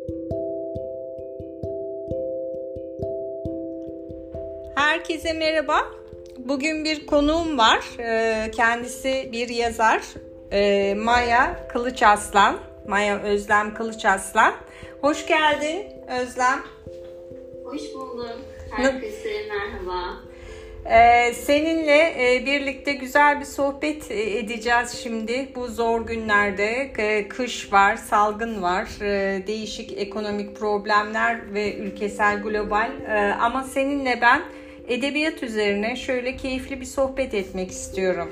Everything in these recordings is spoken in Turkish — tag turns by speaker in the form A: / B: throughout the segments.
A: Herkese merhaba. Bugün bir konuğum var. Kendisi bir yazar. Maya Kılıçaslan. Maya Özlem Kılıçaslan. Hoş geldin Özlem.
B: Hoş buldum. Herkese merhaba.
A: Seninle birlikte güzel bir sohbet edeceğiz şimdi. Bu zor günlerde kış var, salgın var, değişik ekonomik problemler ve ülkesel, global. Ama seninle ben edebiyat üzerine şöyle keyifli bir sohbet etmek istiyorum.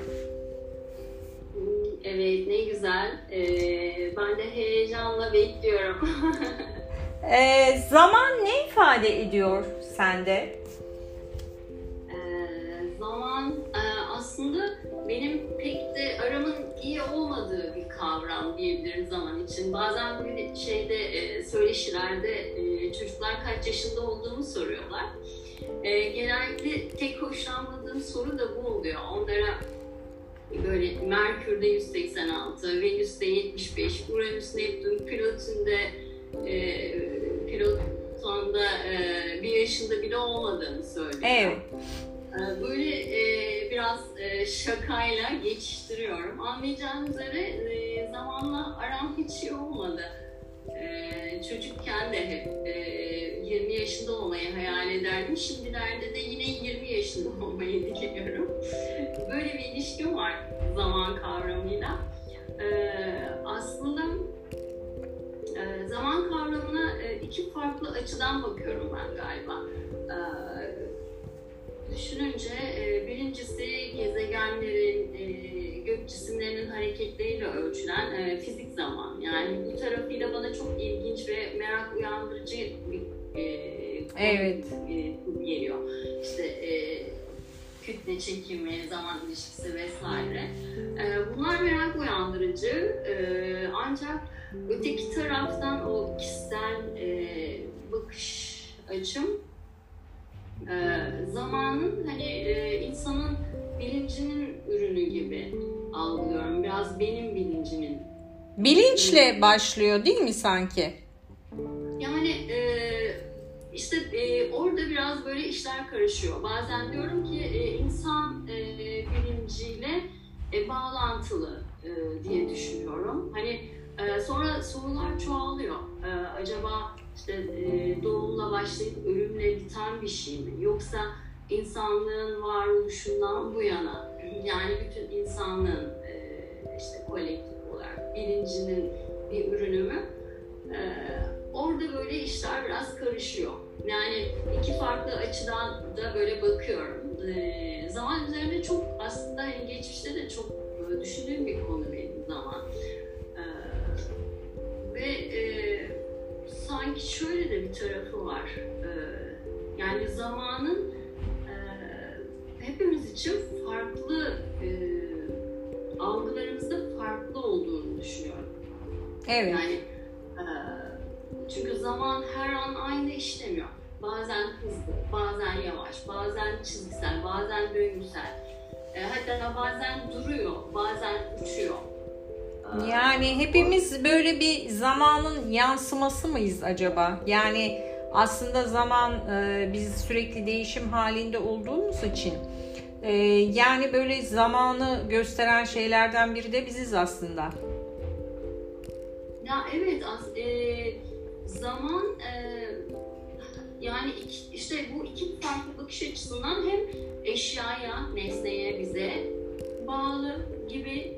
B: Evet, ne güzel. Ben de heyecanla bekliyorum.
A: Zaman ne ifade ediyor sende?
B: Zaman aslında benim pek de aramın iyi olmadığı bir kavram diyebilirim zaman için. Bazen böyle söyleşilerde çocuklar kaç yaşında olduğumu soruyorlar. Genellikle tek hoşlanmadığım soru da bu oluyor. Onlara böyle Merkür'de 186, Venüs'te 75, Uranüs, Neptün, Plüton'da 1 yaşında bile olmadığını söylüyor.
A: Evet.
B: Böyle biraz şakayla geçiştiriyorum. Anlayacağınız üzere zamanla aram hiç iyi olmadı. Çocukken de hep 20 yaşında olmayı hayal ederdim. Şimdilerde de yine 20 yaşında olmayı diliyorum. Böyle bir ilişkim var zaman kavramıyla. Aslında zaman kavramına iki farklı açıdan bakıyorum ben galiba. Düşününce birincisi gezegenlerin, gök cisimlerinin hareketleriyle ölçülen fizik zaman. Yani bu tarafıyla bana çok ilginç ve merak uyandırıcı bir
A: evet.
B: Geliyor. İşte kütle çekimi, zaman ilişkisi vesaire. Bunlar merak uyandırıcı. Ancak öteki taraftan o kişisel bakış açım zamanın insanın bilincinin ürünü gibi algılıyorum. Biraz benim bilincimin.
A: Bilinçle başlıyor değil mi sanki?
B: Yani orada biraz böyle işler karışıyor. Bazen diyorum ki insan bilinciyle bağlantılı diye düşünüyorum. Sonra sorular çoğalıyor. Acaba doğumla başlayıp ölümle biten bir şey mi? Yoksa insanlığın varoluşundan bu yana, yani bütün insanlığın kolektif olarak bilincinin bir ürünü mü? Orada böyle işler biraz karışıyor. Yani iki farklı açıdan da böyle bakıyorum. Zaman üzerine çok aslında geçmişte de çok düşündüğüm bir konu benim zaman. Sanki şöyle de bir tarafı var. Yani zamanın hepimiz için farklı algılarımızda farklı olduğunu düşünüyorum.
A: Evet.
B: Yani çünkü zaman her an aynı işlemiyor. Bazen hızlı, bazen yavaş, bazen çizgisel, bazen döngüsel. Hatta bazen duruyor, bazen uçuyor.
A: Yani hepimiz böyle bir zamanın yansıması mıyız acaba? Yani aslında zaman biz sürekli değişim halinde olduğumuz için yani böyle zamanı gösteren şeylerden biri de biziz aslında.
B: Ya evet, zaman yani bu iki farklı bakış açısından hem eşyaya, nesneye, bize bağlı gibi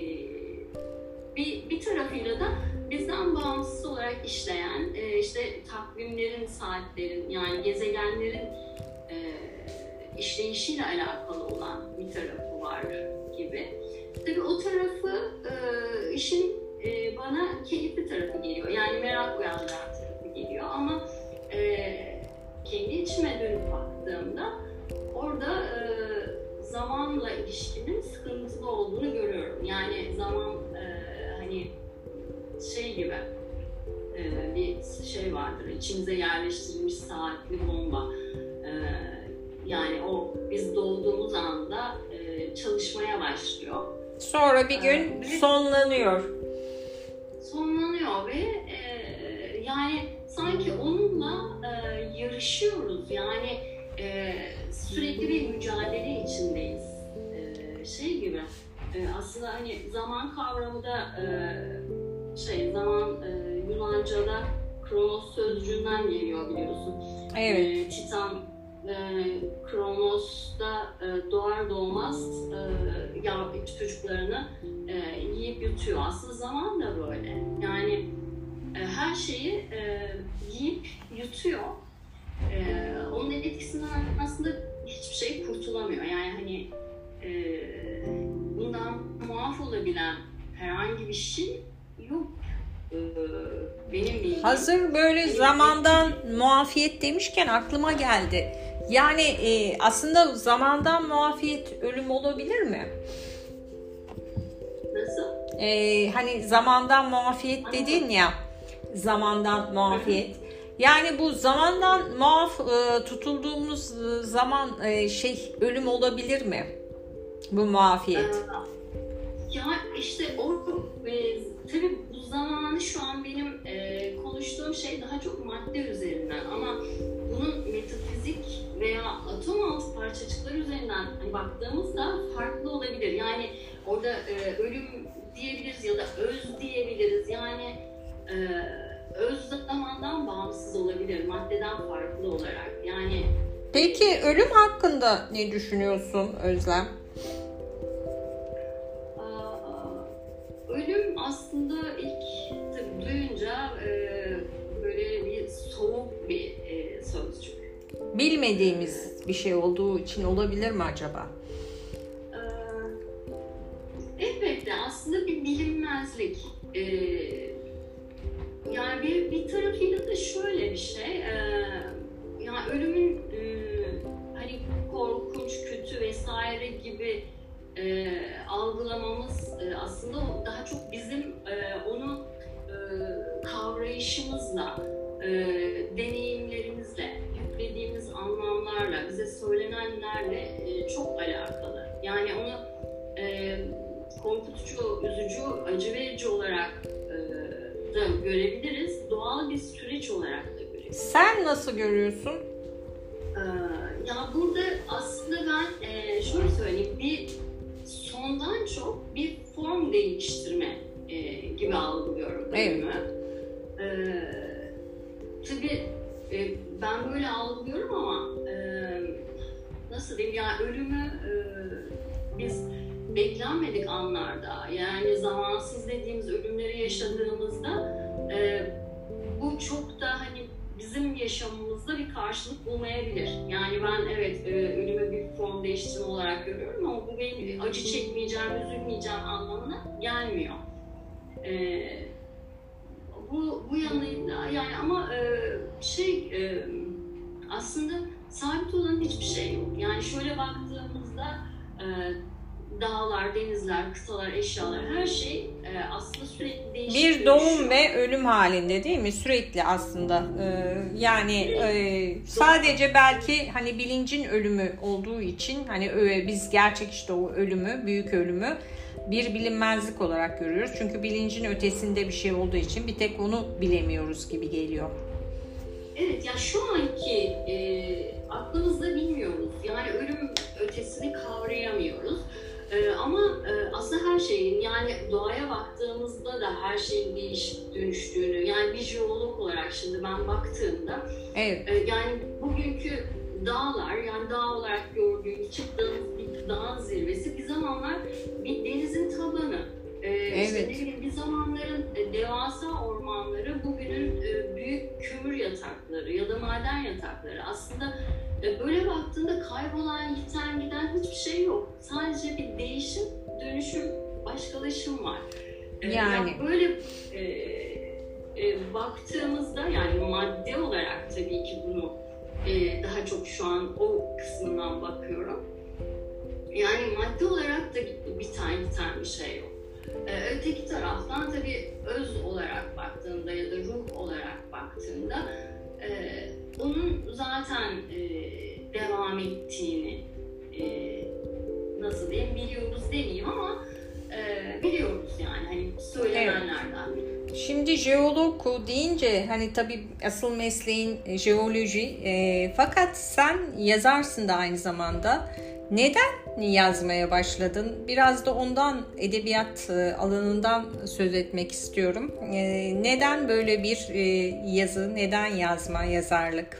B: bir tarafıyla da bizden bağımsız olarak işleyen takvimlerin, saatlerin, yani gezegenlerin işleyişiyle alakalı olan bir tarafı var gibi. Tabii o tarafı işin bana keyifli tarafı geliyor. Yani merak uyandıran tarafı geliyor ama kendi içime dönüp baktığımda orada zamanla ilişkinin sıkıntılı olduğunu görüyorum. Yani zaman gibi bir şey vardır. İçimize yerleştirilmiş saatli bomba. Yani o biz doğduğumuz anda çalışmaya başlıyor.
A: Sonra bir gün sonlanıyor.
B: Sonlanıyor ve yani yaşıyoruz. Yani sürekli bir mücadele içindeyiz. Şey gibi, aslında hani zaman kavramı da zaman Yunanca'da Kronos sözcüğünden geliyor biliyorsun.
A: Evet.
B: Titan Kronos'ta doğar doğmaz çocuklarını yiyip yutuyor. Aslında zaman da böyle. Yani her şeyi yiyip yutuyor. Onun etkisinden aslında hiçbir şey kurtulamıyor. Yani hani bundan muaf olabilen herhangi bir şey yok. Benim bildiğim.
A: Hazır böyle zamandan muafiyet demişken aklıma geldi. Yani aslında zamandan muafiyet ölüm olabilir mi?
B: Nasıl?
A: Hani zamandan muafiyet dedin ya, zamandan muafiyet. Yani bu zamandan muaf tutulduğumuz zaman ölüm olabilir mi? Bu muafiyet.
B: Ya işte tabii bu zamanı şu an benim konuştuğum şey daha çok madde üzerinden ama bunun metafizik veya atom altı parçacıklar üzerinden baktığımızda farklı olabilir. Yani orada ölüm diyebiliriz ya da öz diyebiliriz. Yani öz zamandan bağımsız olabilir, maddeden farklı olarak. Yani.
A: Peki ölüm hakkında ne düşünüyorsun Özlem?
B: Ölüm aslında ilk tabii duyunca böyle bir soğuk bir sözcük.
A: Bilmediğimiz bir şey olduğu için olabilir mi acaba?
B: Elbette aslında bir bilinmezlik. Yani bir tarafıyla da şöyle bir şey. Yani ölümün hani korkunç, kötü vesaire gibi algılamamız aslında daha çok bizim onu kavrayışımızla, deneyimlerimizle, yüklediğimiz anlamlarla, bize söylenenlerle çok alakalı. Yani onu korkutucu, üzücü, acı verici olarak da görebiliriz. Doğal bir süreç olarak da görebiliriz.
A: Sen nasıl görüyorsun?
B: Ya burada aslında ben şöyle söyleyeyim, bir sondan çok bir form değiştirme gibi algılıyorum ölümü. Tabii ben böyle algılıyorum ama nasıl diyeyim, yani ölümü biz beklenmedik anlarda, yani zamansız dediğimiz ölümleri yaşadığımızda bu çok da hani bizim yaşamımızda bir karşılık bulmayabilir. Yani ben evet ölümü bir form değiştirme olarak görüyorum ama bu benim acı çekmeyeceğim, üzülmeyeceğim anlamına gelmiyor. Bu yanıyla yani ama aslında sabit olan hiçbir şey yok. Yani şöyle baktığımızda dağlar, denizler, kıtalar, eşyalar, her şey aslında sürekli değişiyor.
A: Bir doğum ve ölüm halinde değil mi? Sürekli aslında. Yani sadece belki hani bilincin ölümü olduğu için hani biz gerçek işte o ölümü, büyük ölümü bir bilinmezlik olarak görüyoruz. Çünkü bilincin ötesinde bir şey olduğu için bir tek onu bilemiyoruz gibi geliyor.
B: Evet, ya şu anki aklımızda bilmiyoruz. Yani ölüm ötesini kavrayamıyoruz. Ama aslında her şeyin, yani doğaya baktığımızda da her şeyin değişip dönüştüğünü, yani bir jeolog olarak şimdi ben baktığımda
A: evet.
B: Yani bugünkü dağlar, yani dağ olarak gördüğümüz, çıktığımız bir dağın zirvesi bir zamanlar bir denizin tabanı.
A: Evet.
B: İşte bir zamanların devasa ormanları bugünün büyük kömür yatakları ya da maden yatakları. Aslında böyle baktığında kaybolan, yiten, giden hiçbir şey yok. Sadece bir değişim, dönüşüm, başkalaşım var.
A: Yani
B: böyle baktığımızda, yani madde olarak tabii ki bunu daha çok şu an o kısmından bakıyorum. Yani madde olarak da biten bir şey yok. Öteki taraftan tabii öz olarak baktığında ya da ruh olarak baktığında onun zaten devam ettiğini nasıl diyeyim, biliyoruz demeyeyim ama biliyoruz, yani hani söylenenlerden biliyoruz.
A: Şimdi jeolog deyince hani tabii asıl mesleğin jeoloji, fakat sen yazarsın da aynı zamanda. Neden yazmaya başladın? Biraz da ondan, edebiyat alanından söz etmek istiyorum. Neden böyle bir yazı, neden yazma, yazarlık?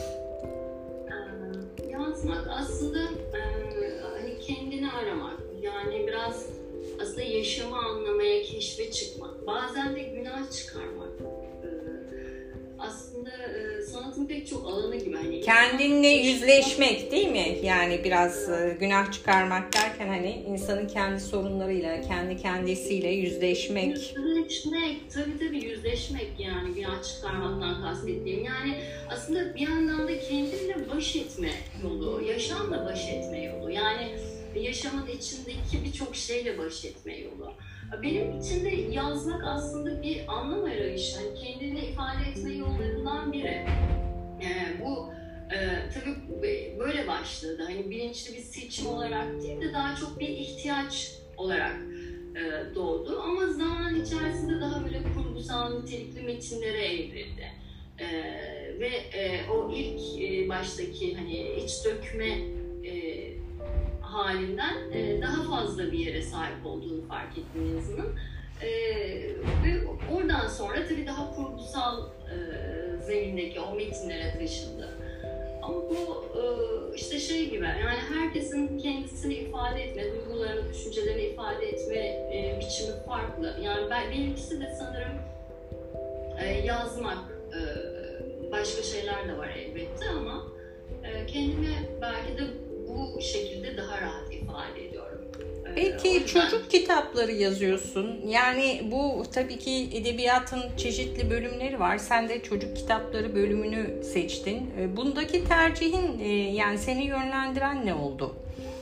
B: Yazmak aslında hani kendini aramak, yani biraz aslında yaşamı anlamaya, keşfe çıkmak, bazen de günah çıkarmak. Aslında sanatın pek çok alanı gibi. Hani
A: kendinle yüzleşmek değil mi? Yani biraz günah çıkarmak derken hani insanın kendi sorunlarıyla, kendi kendisiyle yüzleşmek.
B: Yüzleşmek, tabii yüzleşmek, yani günah çıkarmaktan kastettiğim. Yani aslında bir yandan da kendinle baş etme yolu, yaşamla baş etme yolu. Yani yaşamın içindeki birçok şeyle baş etme yolu. Benim için de yazmak aslında bir anlam arayışı. Yani kendini ifade etme yollarından biri. Bu tabii böyle başladı. Hani bilinçli bir seçim olarak değil de daha çok bir ihtiyaç olarak doğdu. Ama zaman içerisinde daha böyle kurgusal nitelikli metinlere evrildi. Ve o ilk baştaki hani iç dökme halinden daha fazla bir yere sahip olduğunu fark ettim yazının. Ve oradan sonra tabii daha kurgusal zemindeki o metinlere taşındı. Ama bu işte şey gibi, yani herkesin kendisini ifade etme, duygularını, düşüncelerini ifade etme biçimi farklı. Yani benimkisi de sanırım yazmak, başka şeyler de var elbette ama kendimi belki de bu şekilde daha rahat ifade ediyorum.
A: Peki çocuk kitapları yazıyorsun. Yani bu tabii ki edebiyatın çeşitli bölümleri var. Sen de çocuk kitapları bölümünü seçtin. Bundaki tercihin, yani seni yönlendiren ne oldu?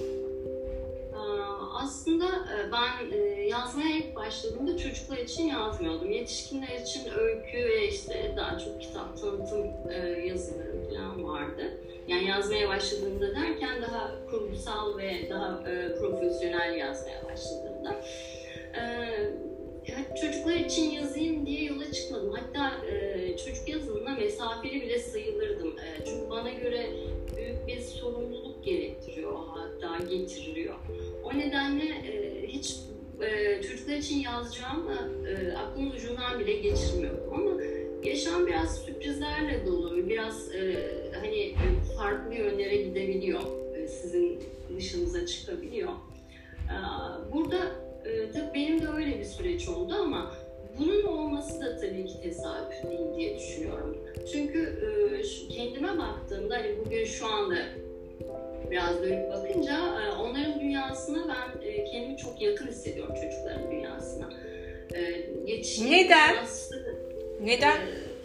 B: Aslında ben yazmaya ilk başladığımda çocuklar için yazmıyordum. Yetişkinler için öykü ve işte daha çok kitap tanıtım yazılarım falan vardı. Yani yazmaya başladığımda derken daha kurgusal ve daha profesyonel yazmaya başladığımda. Çocuklar için yazayım diye yola çıkmadım. Hatta çocuk yazımına mesafeli bile sayılırdım. Çünkü bana göre büyük bir sorumluluk gerektiriyor, hatta getiriliyor. O nedenle hiç çocuklar için yazacağımı aklımın ucundan bile geçirmiyordum. Ama yaşam biraz sürprizlerle dolu, biraz hani farklı yönlere gidebiliyor, sizin dışınıza çıkabiliyor. Burada tabii benim de öyle bir süreç oldu ama bunun olması da tabii ki tesadüf değil diye düşünüyorum. Çünkü kendime baktığımda, hani bugün şu anda biraz dönüp bakınca onların dünyasına ben kendimi çok yakın hissediyorum, çocukların dünyasına.
A: Neden?
B: Dünyası,
A: Neden?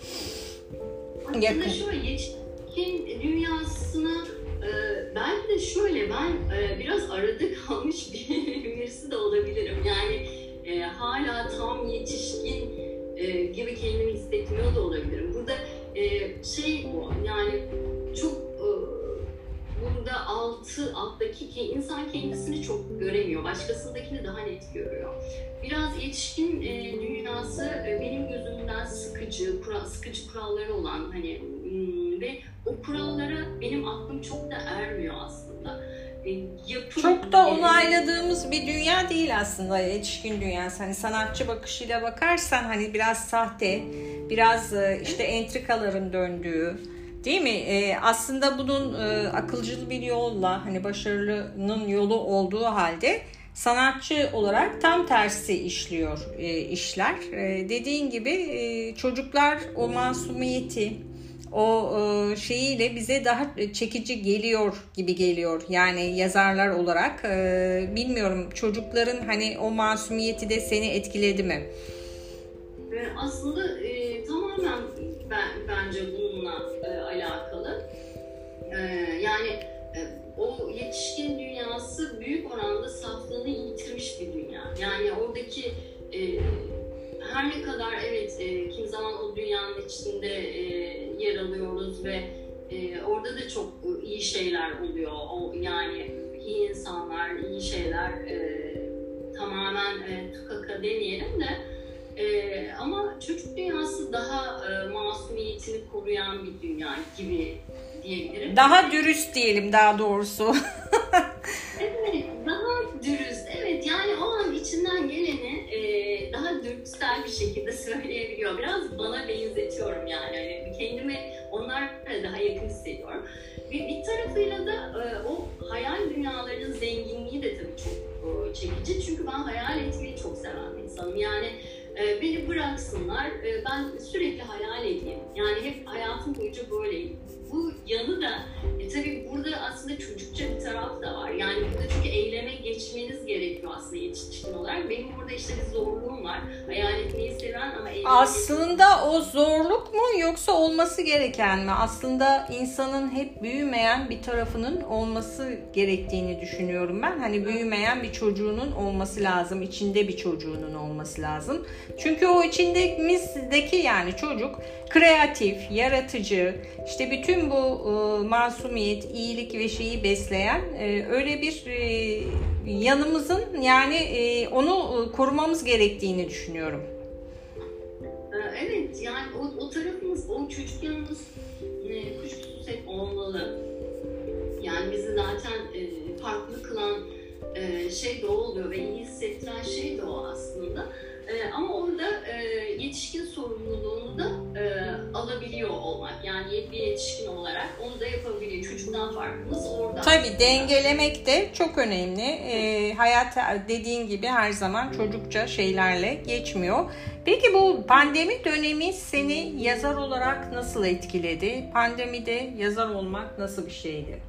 B: Aslında şöyle, yetişkin dünyasına belki de şöyle, ben biraz arada kalmış birisi de olabilirim. Yani hala tam yetişkin gibi kendimi hissetmiyor da olabilirim. Burada şey bu, yani çok burada alttaki insan kendisini çok göremiyor. Başkasındakini daha net görüyor. Biraz yetişkin dünyası benim gözümden sıkıcı kuralları olan, hani ve o kurallara benim aklım çok da ermiyor aslında.
A: Çok da onayladığımız bir dünya değil aslında yetişkin dünyası. Hani sanatçı bakışıyla bakarsan hani biraz sahte, biraz işte entrikaların döndüğü, değil mi? Aslında bunun akılcıl bir yolla, hani başarının yolu olduğu halde sanatçı olarak tam tersi işliyor işler. Dediğin gibi çocuklar o masumiyeti, o şeyiyle bize daha çekici geliyor gibi geliyor. Yani yazarlar olarak bilmiyorum, çocukların hani o masumiyeti de seni etkiledi mi?
B: Aslında tamamen bence bununla alakalı. Yani o yetişkin dünyası büyük oranda saflığını yitirmiş bir dünya. Yani oradaki her ne kadar evet kimi zaman o dünyanın içinde yer alıyoruz ve orada da çok iyi şeyler oluyor. Yani iyi insanlar, iyi şeyler tamamen tukaka demeyelim de Ama çocuk dünyası daha masumiyetini koruyan bir dünya gibi diyebilirim.
A: Daha dürüst diyelim daha doğrusu.
B: Evet, daha dürüst. Evet, yani o an içinden geleni daha dürüstsel bir şekilde söyleyebiliyor. Biraz bana benzetiyorum yani. Hani kendimi onlarla daha yakın hissediyorum. Bir tarafıyla da o hayal dünyalarının zenginliği de tabii çok çekici. Çünkü ben hayal etmeyi çok seven bir insanım. Yani beni bıraksınlar, ben sürekli hayal edeyim. Yani hep hayatım boyunca böyleyim. Bu yanı da tabii burada aslında çocukça bir taraf da var. Yani burada çünkü eyleme geçmeniz gerekiyor aslında yetişkin olarak. Benim burada işte bir zorluğum var. Hayal etmeyi seven ama
A: aslında o zorluk mu yoksa olması gereken mi? Aslında insanın hep büyümeyen bir tarafının olması gerektiğini düşünüyorum ben. Hani büyümeyen bir çocuğunun olması lazım. İçinde bir çocuğunun olması lazım. Çünkü o içindeki yani çocuk kreatif, yaratıcı, işte bütün bu masumiyet, iyilik ve şeyi besleyen öyle bir yanımızın yani onu korumamız gerektiğini düşünüyorum.
B: Evet, yani o tarafımız, o çocuk yanımız kuşkusuz hep olmalı. Yani bizi zaten farklı kılan şey de o oluyor ve iyi hissettiren şey de o aslında. Ama orada yetişkin sorumluluğunu da alabiliyor olmak. Yani bir yetişkin olarak onu da yapabiliyor. Çocuktan farkımız orada.
A: Tabii dengelemek de çok önemli. Hayat dediğin gibi her zaman çocukça şeylerle geçmiyor. Peki bu pandemi dönemi seni yazar olarak nasıl etkiledi? Pandemide yazar olmak nasıl bir şeydi?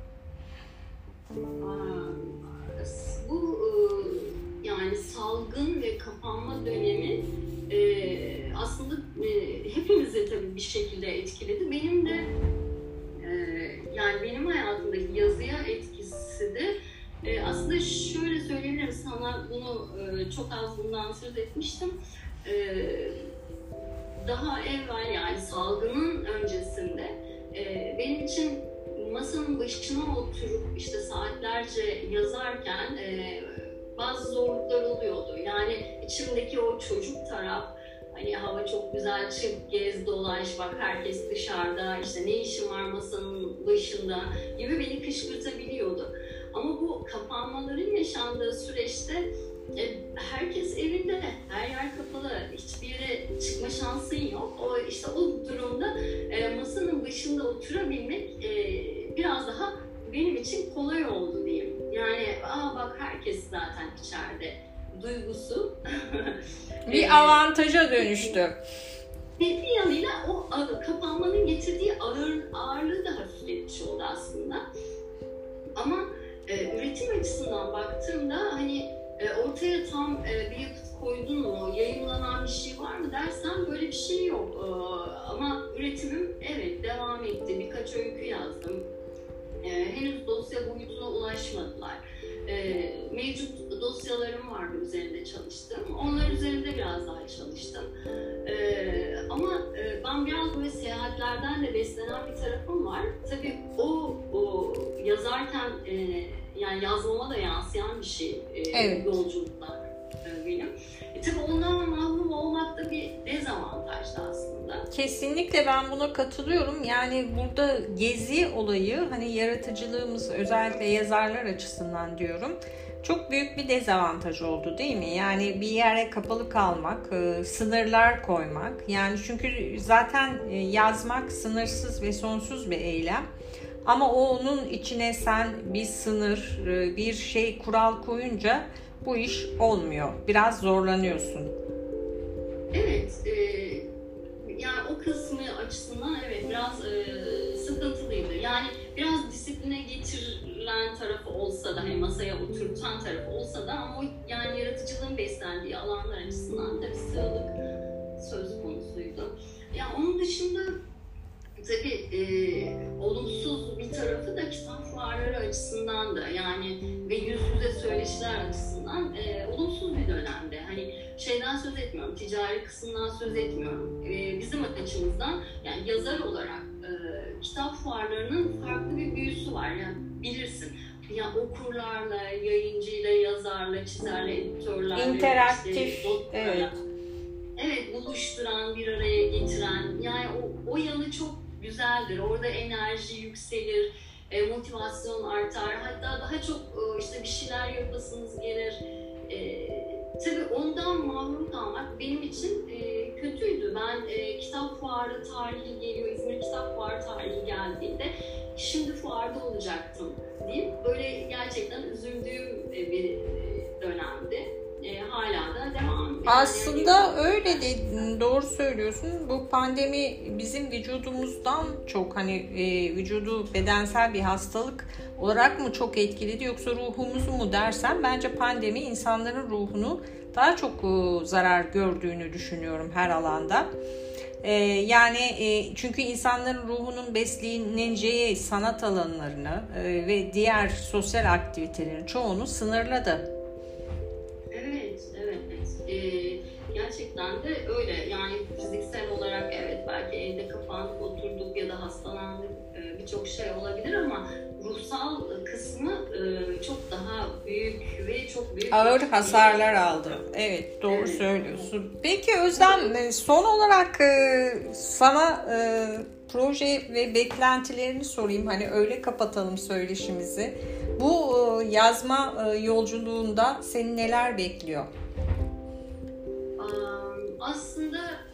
B: Bu yani salgın ve kapanma dönemi aslında hepimizi tabii bir şekilde etkiledi. Benim de yani benim hayatımdaki yazıya etkisi de aslında şöyle söyleyebilirim sana, bunu çok az bundan söz etmiştim. Daha evvel yani salgının öncesinde benim için masanın başına oturup işte saatlerce yazarken bazı zorluklar oluyordu. Yani içimdeki o çocuk taraf, hani hava çok güzel, çık, gez, dolaş, bak herkes dışarıda, işte ne işin var masanın başında gibi beni kışkırtabiliyordu. Ama bu kapanmaların yaşandığı süreçte herkes evinde, her yer kapalı, hiçbir yere çıkma şansın yok. O durumda masanın başında oturabilmek biraz daha benim için kolay oldu diyeyim. Yani bak herkes zaten içeride duygusu
A: bir avantaja dönüştü.
B: Bir yanıyla o kapanmanın getirdiği ağırlığı da hafifletmiş oldu aslında. Ama üretim açısından baktığımda hani ortaya tam bir yapıt koydun mu, yayınlanan bir şey var mı dersen böyle bir şey yok. Ama üretimim evet devam etti. Birkaç öykü yazdım. Henüz dosya boyutuna ulaşmadılar. Mevcut dosyalarım vardı üzerinde çalıştım. Onlar üzerinde biraz daha çalıştım. Ama ben biraz böyle seyahatlerden de beslenen bir tarafım var. Tabii o yazarken yani yazmama da yansıyan bir şey.
A: Evet.
B: Yolculuklar benim. Tabii ondan mahrum olmak da bir dezavantajdı aslında.
A: Kesinlikle ben buna katılıyorum. Yani burada gezi olayı hani yaratıcılığımız özellikle yazarlar açısından diyorum. Çok büyük bir dezavantaj oldu değil mi? Yani bir yere kapalı kalmak, sınırlar koymak. Yani çünkü zaten yazmak sınırsız ve sonsuz bir eylem. Ama onun içine sen bir sınır, bir şey, kural koyunca bu iş olmuyor. Biraz zorlanıyorsun.
B: Evet, yani o kısmı açısından evet biraz sıkıntılıydı. Yani biraz disipline getirilen tarafı olsa da, hani masaya oturtan tarafı olsa da ama o yani yaratıcılığın beslendiği alanlar açısından da bir sığlık söz konusuydu. Yani onun dışında tabii olumsuz bir tarafı da kitap fuarları açısından da yani ve yüz yüze söyleşiler açısından olumsuz bir dönemde. Hani şeyden söz etmiyorum, ticari kısımdan söz etmiyorum. Bizim açımızdan yani yazar olarak kitap fuarlarının farklı bir büyüsü var. Yani bilirsin. Yani okurlarla, yayıncıyla, yazarla, çizerle, editörlerle,
A: interaktif,
B: işte,
A: evet.
B: evet, buluşturan, bir araya getiren, yani o yanı çok güzeldir. Orada enerji yükselir, motivasyon artar. Hatta daha çok işte bir şeyler yapasınız gelir. Tabii ondan mahrum kalmak benim için kötüydü. Ben kitap fuarı tarihi geliyor, İzmir Kitap Fuarı tarihi geldiğinde şimdi fuarda olacaktım deyip böyle gerçekten üzüldüğüm bir dönemdi. Hala da devam ediyor.
A: Aslında öyle de doğru söylüyorsun. Bu pandemi bizim vücudumuzdan çok hani vücudu bedensel bir hastalık olarak mı çok etkiledi yoksa ruhumuzu mu dersen bence pandemi insanların ruhunu daha çok zarar gördüğünü düşünüyorum her alanda. Yani çünkü insanların ruhunun besleneceği sanat alanlarını ve diğer sosyal aktivitelerin çoğunu sınırladı.
B: Gerçekten de öyle. Yani fiziksel olarak evet belki evde kapanıp oturduk ya da hastalandık, birçok şey olabilir ama ruhsal kısmı çok daha büyük ve çok büyük
A: ağır hasarlar aldı. Evet, doğru söylüyorsun. Peki Özlem, son olarak sana proje ve beklentilerini sorayım. Hani öyle kapatalım söyleşimizi. Bu yazma yolculuğunda seni neler bekliyor?
B: Aslında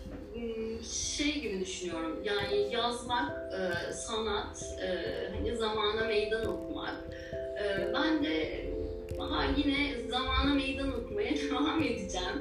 B: şey gibi düşünüyorum, yani yazmak, sanat, hani zamana meydan okumak. Ben de yine zamana meydan okumaya devam edeceğim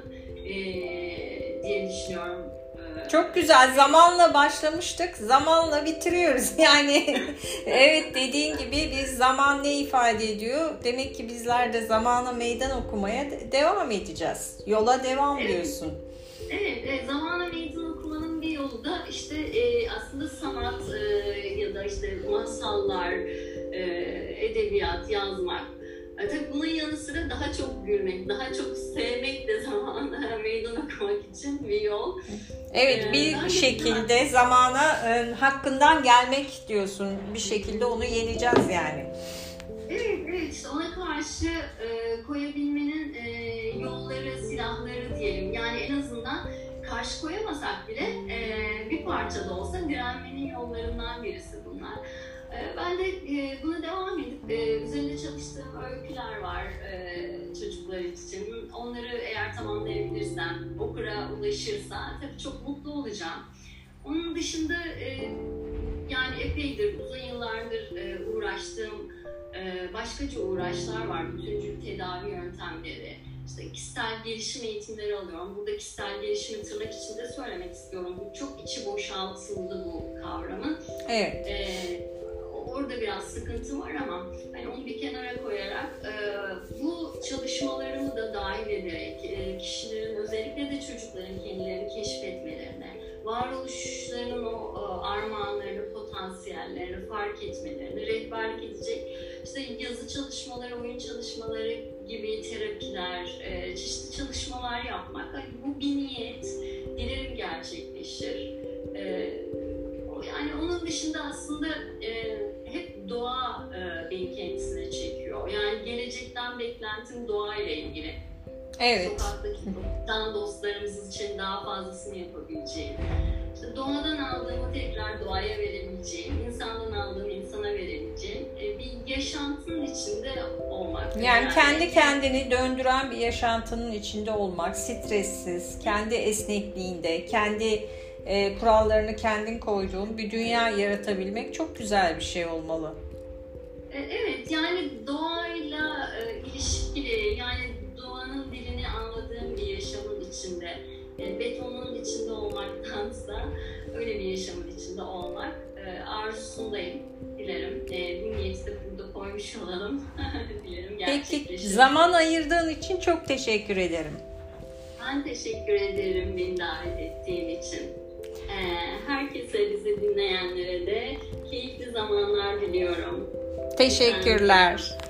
B: diye düşünüyorum.
A: Çok güzel. Zamanla başlamıştık, zamanla bitiriyoruz. Yani evet, dediğin gibi biz zaman ne ifade ediyor? Demek ki bizler de zamana meydan okumaya devam edeceğiz. Yola devam diyorsun.
B: Evet, zamana meydan okumanın bir yolu da işte aslında sanat ya da işte masallar, edebiyat, yazmak. Tabii bunun yanı sıra daha çok gülmek, daha çok sevmek de zamana meydan okumak için bir yol.
A: Evet, bir şekilde zamana hakkından gelmek diyorsun. Bir şekilde onu yeneceğiz yani.
B: Evet, işte ona karşı koyabilmenin yolları, silahları diyelim. Yani en azından karşı koyamasak bile bir parça da olsa direnmenin yollarından birisi bunlar. Ben de buna devam edip üzerinde çalıştığım öyküler var çocuklar için. Onları eğer tamamlayabilirsem, okura ulaşırsa tabii çok mutlu olacağım. Onun dışında yani epeydir, uzun yıllardır uğraştığım başkaca uğraşlar var. Bütüncül tedavi yöntemleri, işte kişisel gelişim eğitimleri alıyorum. Burada kişisel gelişimi tırnak içinde söylemek istiyorum. Bu çok içi boşaltıldı bu kavramın.
A: Evet.
B: Orada biraz sıkıntı var ama ben onu bir kenara koyarak bu çalışmalarımı da dahil ederek kişilerin, özellikle de çocukların kendilerini keşfetmelerine, varoluşlarının o armağanlarını, potansiyellerini fark etmelerini rehberlik edecek işte yazı çalışmaları, oyun çalışmaları gibi terapiler, çeşitli çalışmalar yapmak. Hani bu bir niyet, dilerim gerçekleşir. Yani onun dışında aslında hep doğa beni kendisine çekiyor. Yani gelecekten beklentim doğayla ilgili.
A: Evet.
B: Sokaktaki can dostlarımız için daha fazlasını yapabileceğim. İşte doğadan aldığımı tekrar doğaya verebileceğim, insandan aldığımı insana verebileceğim bir yaşantının içinde olmak.
A: Yani kendi kendini döndüren bir yaşantının içinde olmak, stressiz, kendi esnekliğinde, kendi kurallarını kendin koyduğun bir dünya yaratabilmek çok güzel bir şey olmalı.
B: Evet, yani doğayla ilişkili, yani doğanın dilini anladığım bir yaşamın içinde, betonun içinde olmaktansa öyle bir yaşamın içinde olmak arzusundayım. Dilerim. Bu niyeti de burada koymuş olalım. Dilerim gerçekleşir.
A: Peki, zaman ayırdığın için çok teşekkür ederim.
B: Ben teşekkür ederim beni davet ettiğin için. Herkese, bizi dinleyenlere de keyifli zamanlar diliyorum.
A: Teşekkürler.